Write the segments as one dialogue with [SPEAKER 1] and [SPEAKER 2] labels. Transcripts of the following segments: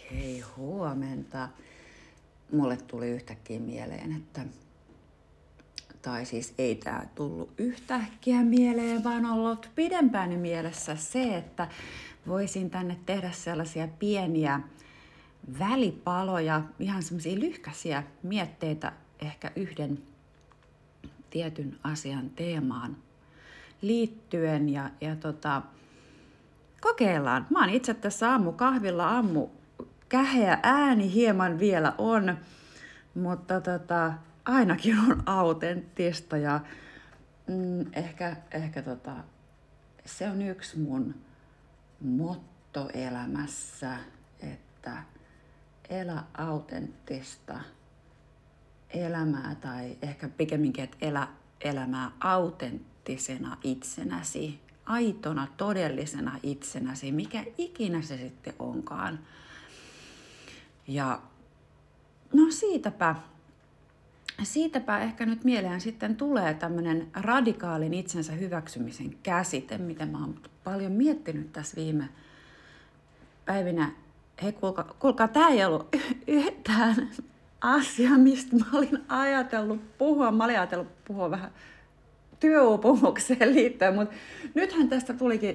[SPEAKER 1] Hei, huomenta. Mulle tuli yhtäkkiä mieleen, tai siis ei tää tullut yhtäkkiä mieleen, vaan ollut pidempään mielessä se, että voisin tänne tehdä sellaisia pieniä välipaloja, ihan semmoisia lyhkäisiä mietteitä ehkä yhden tietyn asian teemaan liittyen ja kokeillaan. Mä oon itse tässä aamukahvilla, käheä ääni hieman vielä on, mutta ainakin on autenttista ja ehkä se on yksi mun motto elämässä, että elä autenttista elämää tai ehkä pikemminkin, että elä elämää autenttisena itsenäsi, aitona, todellisena itsenäsi, mikä ikinä se sitten onkaan. Ja no siitäpä ehkä nyt mieleen sitten tulee tämmöinen radikaalin itsensä hyväksymisen käsite, mitä mä oon paljon miettinyt tässä viime päivinä. Hei, kuulkaa, tää ei ollut yhtään asia, mistä mä olin ajatellut puhua. Mä olin ajatellut puhua vähän työuupumukseen liittyen, mutta nythän tästä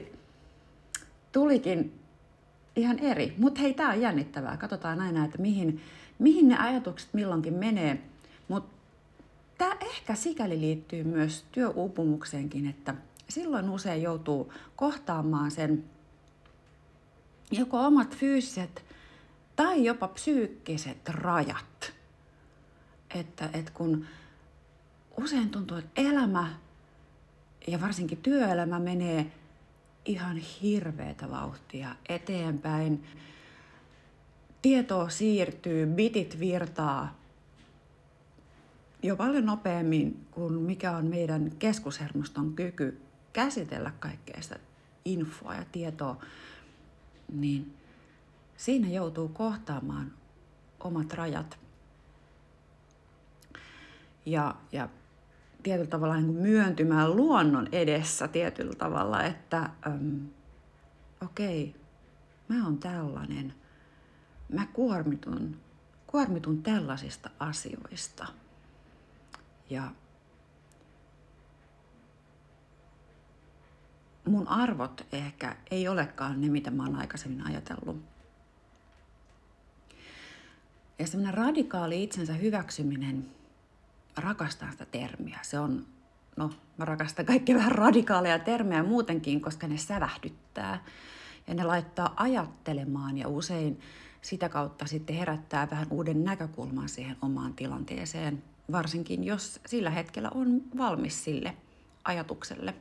[SPEAKER 1] tulikin ihan eri. Mutta hei, tää on jännittävää. Katsotaan aina, että mihin ne ajatukset milloinkin menee. Mutta tämä ehkä sikäli liittyy myös työuupumukseenkin, että silloin usein joutuu kohtaamaan sen joko omat fyysiset tai jopa psyykkiset rajat. Että kun usein tuntuu, että elämä ja varsinkin työelämä menee ihan hirveätä vauhtia eteenpäin. Tietoa siirtyy, bitit virtaa jo paljon nopeammin kuin mikä on meidän keskushermoston kyky käsitellä kaikkea sitä infoa ja tietoa, niin siinä joutuu kohtaamaan omat rajat. Ja tietyllä tavalla niin kuin myöntymään luonnon edessä tietyllä tavalla, että okei, mä oon tällainen. Mä kuormitun tällaisista asioista. Ja mun arvot ehkä ei olekaan ne, mitä mä oon aikaisemmin ajatellut. Ja semmoinen radikaali itsensä hyväksyminen, rakastan sitä termiä. Se on, mä rakastan kaikkia vähän radikaaleja termejä muutenkin, koska ne sävähdyttää. Ja ne laittaa ajattelemaan ja usein sitä kautta sitten herättää vähän uuden näkökulman siihen omaan tilanteeseen. Varsinkin jos sillä hetkellä on valmis sille ajatukselle.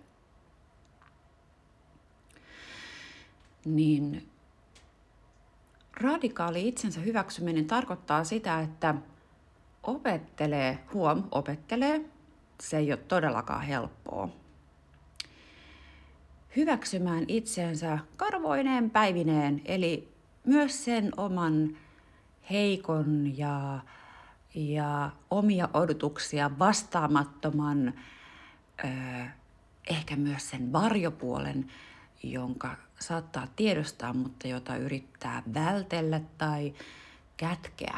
[SPEAKER 1] Niin radikaali itsensä hyväksyminen tarkoittaa sitä, että opettelee, se ei ole todellakaan helppoa. Hyväksymään itseensä karvoineen päivineen, eli myös sen oman heikon ja omia odotuksia vastaamattoman, ehkä myös sen varjopuolen, jonka saattaa tiedostaa, mutta jota yrittää vältellä tai kätkeä.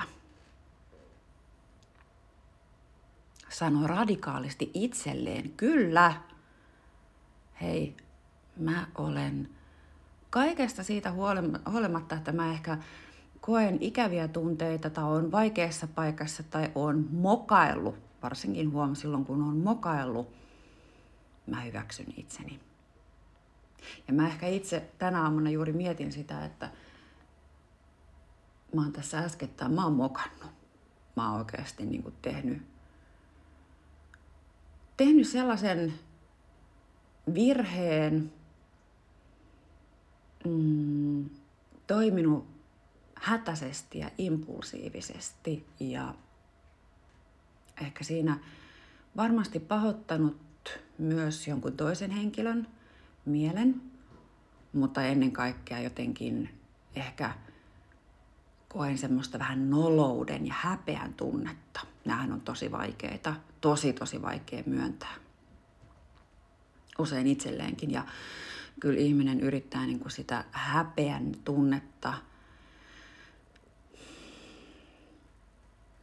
[SPEAKER 1] Sano radikaalisti itselleen, kyllä, hei, mä olen kaikesta siitä huolimatta, että mä ehkä koen ikäviä tunteita tai on vaikeassa paikassa tai on mokaillut, varsinkin silloin kun on mokaillut, mä hyväksyn itseni. Ja mä ehkä itse tänä aamuna juuri mietin sitä, että mä oon tässä äskettäin, mä oon mokannut. Mä oon oikeasti niin kuin tehnyt sellaisen virheen, toiminut hätäisesti ja impulsiivisesti ja ehkä siinä varmasti pahoittanut myös jonkun toisen henkilön mielen, mutta ennen kaikkea jotenkin ehkä koen semmoista vähän nolouden ja häpeän tunnetta. Nämähän on tosi vaikeita, tosi vaikea myöntää. Usein itselleenkin ja kyllä ihminen yrittää niin kuin sitä häpeän tunnetta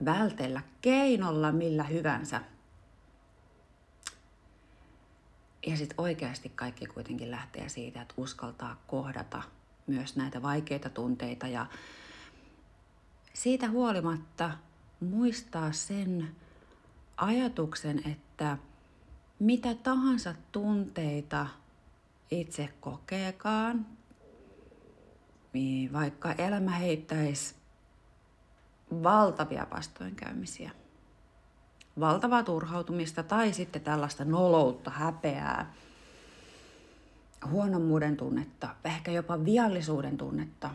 [SPEAKER 1] vältellä keinolla millä hyvänsä. Ja sitten oikeasti kaikki kuitenkin lähtee siitä, että uskaltaa kohdata myös näitä vaikeita tunteita ja siitä huolimatta muistaa sen ajatuksen, että mitä tahansa tunteita itse kokeekaan, niin vaikka elämä heittäisi valtavia vastoinkäymisiä, valtavaa turhautumista tai sitten tällaista noloutta, häpeää, huonommuuden tunnetta, ehkä jopa viallisuuden tunnetta,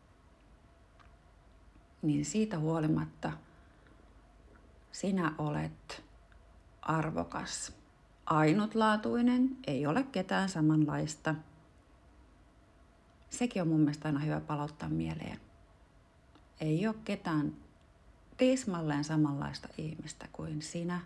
[SPEAKER 1] niin siitä huolimatta sinä olet arvokas, ainutlaatuinen, ei ole ketään samanlaista. Sekin on mun mielestä aina hyvä palauttaa mieleen. Ei ole ketään tismalleen samanlaista ihmistä kuin sinä.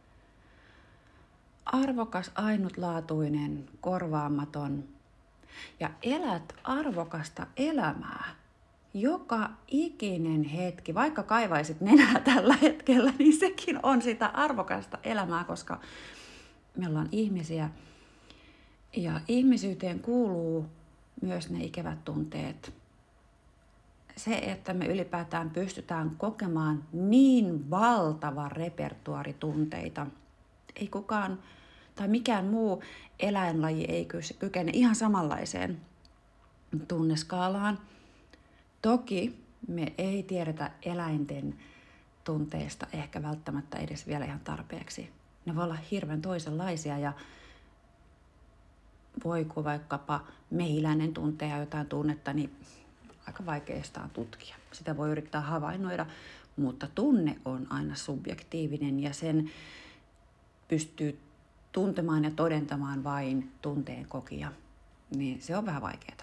[SPEAKER 1] Arvokas, ainutlaatuinen, korvaamaton ja elät arvokasta elämää. Joka ikinen hetki, vaikka kaivaisit nenää tällä hetkellä, niin sekin on sitä arvokasta elämää, koska me ollaan ihmisiä ja ihmisyyteen kuuluu myös ne ikävät tunteet. Se, että me ylipäätään pystytään kokemaan niin valtava repertuaari tunteita. Ei kukaan tai mikään muu eläinlaji ei kykene ihan samanlaiseen tunneskaalaan. Toki me ei tiedetä eläinten tunteista ehkä välttämättä edes vielä ihan tarpeeksi. Ne voi olla hirveän toisenlaisia ja voiko vaikkapa mehiläinen tuntea jotain tunnetta, niin aika vaikeastaan tutkia. Sitä voi yrittää havainnoida, mutta tunne on aina subjektiivinen ja sen pystyy tuntemaan ja todentamaan vain tunteen kokija. Niin se on vähän vaikeaa.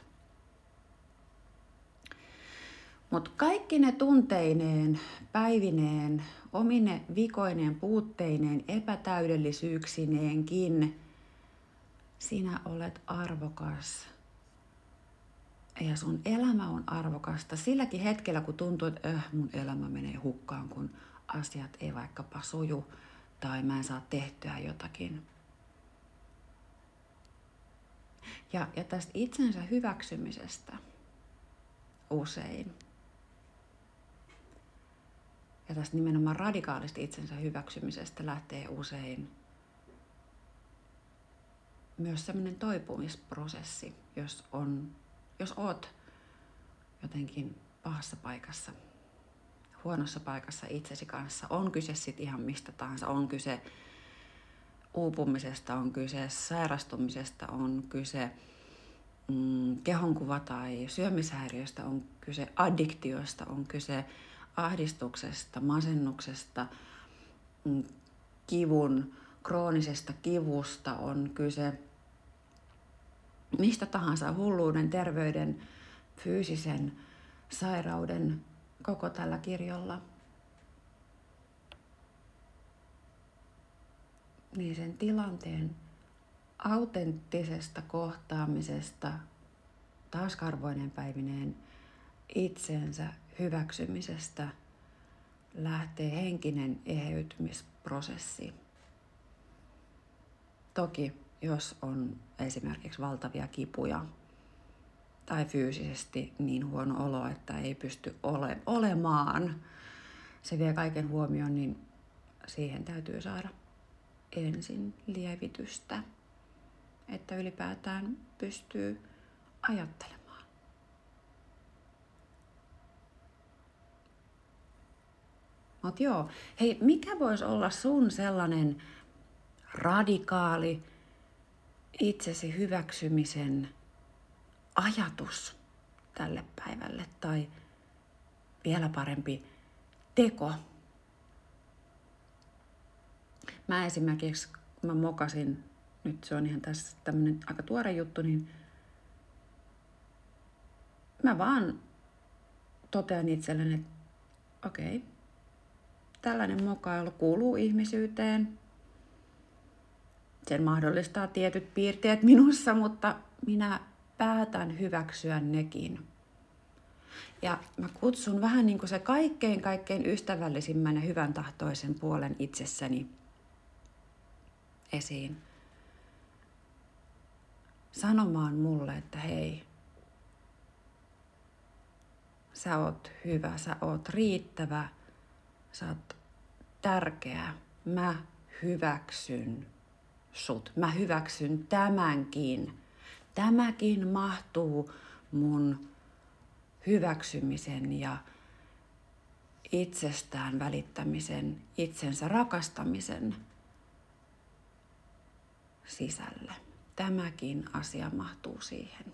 [SPEAKER 1] Mutta kaikki ne tunteineen, päivineen, omine vikoineen, puutteineen, epätäydellisyyksineenkin, sinä olet arvokas. Ja sun elämä on arvokasta silläkin hetkellä, kun tuntuu, että mun elämä menee hukkaan, kun asiat ei vaikkapa suju tai mä en saa tehtyä jotakin. Ja tästä itsensä hyväksymisestä usein. Ja tästä nimenomaan radikaalisti itsensä hyväksymisestä lähtee usein myös sellainen toipumisprosessi, jos oot jotenkin pahassa paikassa, huonossa paikassa itsesi kanssa. On kyse sitten ihan mistä tahansa, on kyse uupumisesta, on kyse sairastumisesta, on kyse kehonkuva- tai syömishäiriöstä, on kyse addiktiosta, on kyse ahdistuksesta, masennuksesta, kroonisesta kivusta, on kyse mistä tahansa hulluuden, terveyden, fyysisen sairauden koko tällä kirjolla. Niin sen tilanteen autenttisesta kohtaamisesta taaskarvoinen päivineen itsensä hyväksymisestä lähtee henkinen eheytymisprosessi. Toki jos on esimerkiksi valtavia kipuja tai fyysisesti niin huono olo, että ei pysty olemaan, se vie kaiken huomioon, niin siihen täytyy saada ensin lievitystä, että ylipäätään pystyy ajattelemaan. Mut joo, hei, mikä voisi olla sun sellainen radikaali itsesi hyväksymisen ajatus tälle päivälle tai vielä parempi teko? Mä esimerkiksi, kun mä mokasin, nyt se on ihan tässä tämmönen aika tuore juttu, niin mä vaan totean itselleni, että okei, tällainen mokailu kuuluu ihmisyyteen. Sen mahdollistaa tietyt piirteet minussa, mutta minä päätän hyväksyä nekin. Ja mä kutsun vähän niin kuin se kaikkein ystävällisimmän ja hyvän tahtoisen puolen itsessäni esiin. Sanomaan mulle, että hei, sä oot hyvä, sä oot riittävä, sä oot tärkeä. Mä hyväksyn sut. Mä hyväksyn tämänkin. Tämäkin mahtuu mun hyväksymisen ja itsestään välittämisen, itsensä rakastamisen sisälle. Tämäkin asia mahtuu siihen.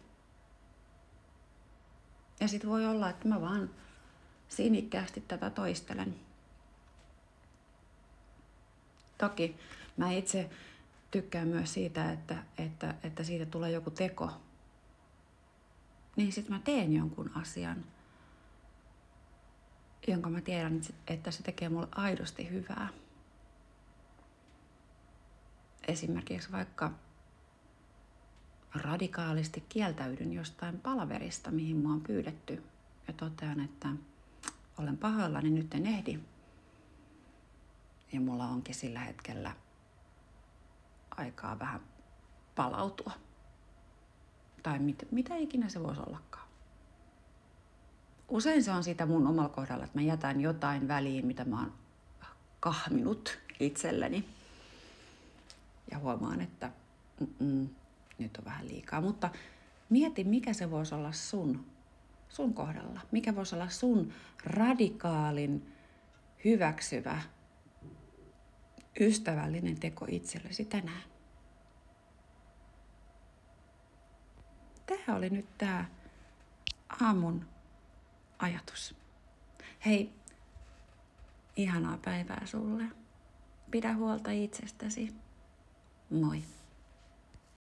[SPEAKER 1] Ja sit voi olla, että mä vaan sinikkäästi tätä toistelen. Toki mä itse tykkään myös siitä, että siitä tulee joku teko. Niin sit mä teen jonkun asian, jonka mä tiedän, että se tekee mulle aidosti hyvää. Esimerkiksi vaikka radikaalisti kieltäydyn jostain palaverista, mihin mua on pyydetty. Ja totean, että olen pahoillani, nyt en ehdi. Ja mulla onkin sillä hetkellä aikaa vähän palautua. Tai mitä ikinä se voisi ollakaan. Usein se on sitä mun omalla kohdalla, että mä jätän jotain väliin, mitä mä oon kahminut itselleni. Ja huomaan, että nyt on vähän liikaa. Mutta mieti, mikä se voisi olla sun kohdalla. Mikä voisi olla sun radikaalin, hyväksyvä, ystävällinen teko itsellesi tänään. Tämä oli nyt tämä aamun ajatus. Hei, ihanaa päivää sulle. Pidä huolta itsestäsi. Moi.